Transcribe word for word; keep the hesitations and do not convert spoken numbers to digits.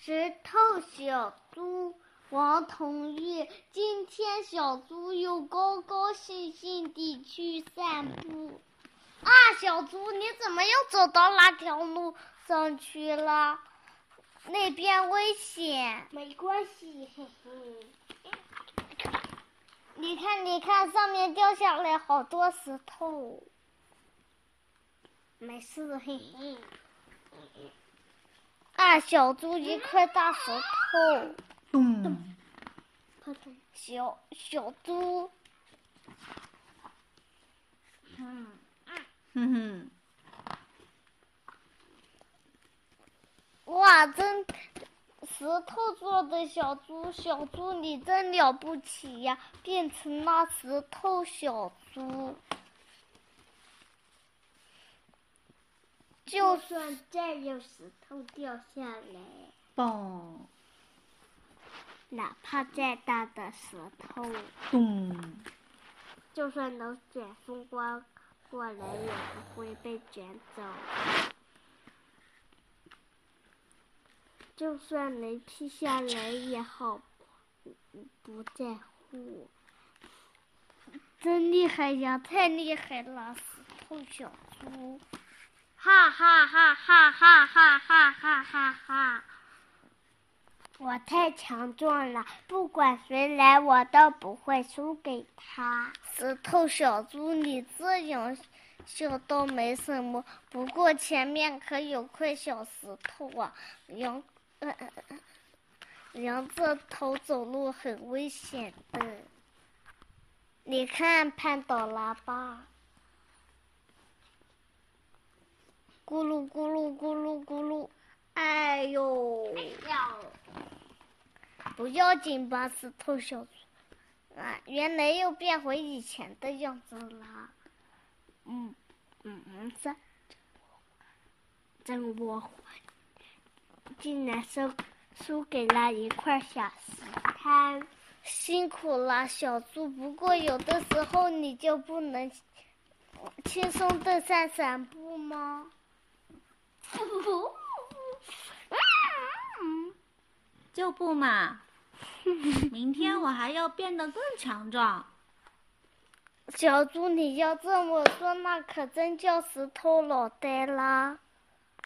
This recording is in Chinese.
石头小猪，王同意。今天小猪又高高兴兴地去散步。啊，小猪，你怎么又走到那条路上去了？那边危险。 没关系，嘿嘿。 你看，你看，上面掉下来好多石头。 没事，嘿嘿。 啊，小猪一块大石头。 咚！ 小小猪。 嗯。 哼哼。 哇，真石头做的小猪，小猪你真了不起呀！变成了石头小猪。 就算再有石头掉下来， 嘣！ 哪怕再大的石头， 咚！ 就算能卷风刮过来，也不会被卷走。就算雷劈下来也好，不在乎。 真厉害呀！太厉害了，石头小猪！哈哈哈哈哈哈哈哈哈哈！ 我太强壮了，不管谁来，我都不会输给他。 石头小猪，你这样笑倒没什么，不过前面可有块小石头啊，仰呃仰着头走路很危险的。你看，绊倒了吧？咕噜咕噜咕噜咕噜，哎呦！ 哎呦！ 不要紧吧，石头小猪。啊，原来又变回以前的样子了。嗯嗯，真真窝火！竟然输输给了一块小石滩。 辛苦了，小猪。不过有的时候你就不能轻松的散散步吗？ 不， 就不嘛。明天我还要变得更强壮。 小猪，你要这么说，那可真叫石头脑袋啦。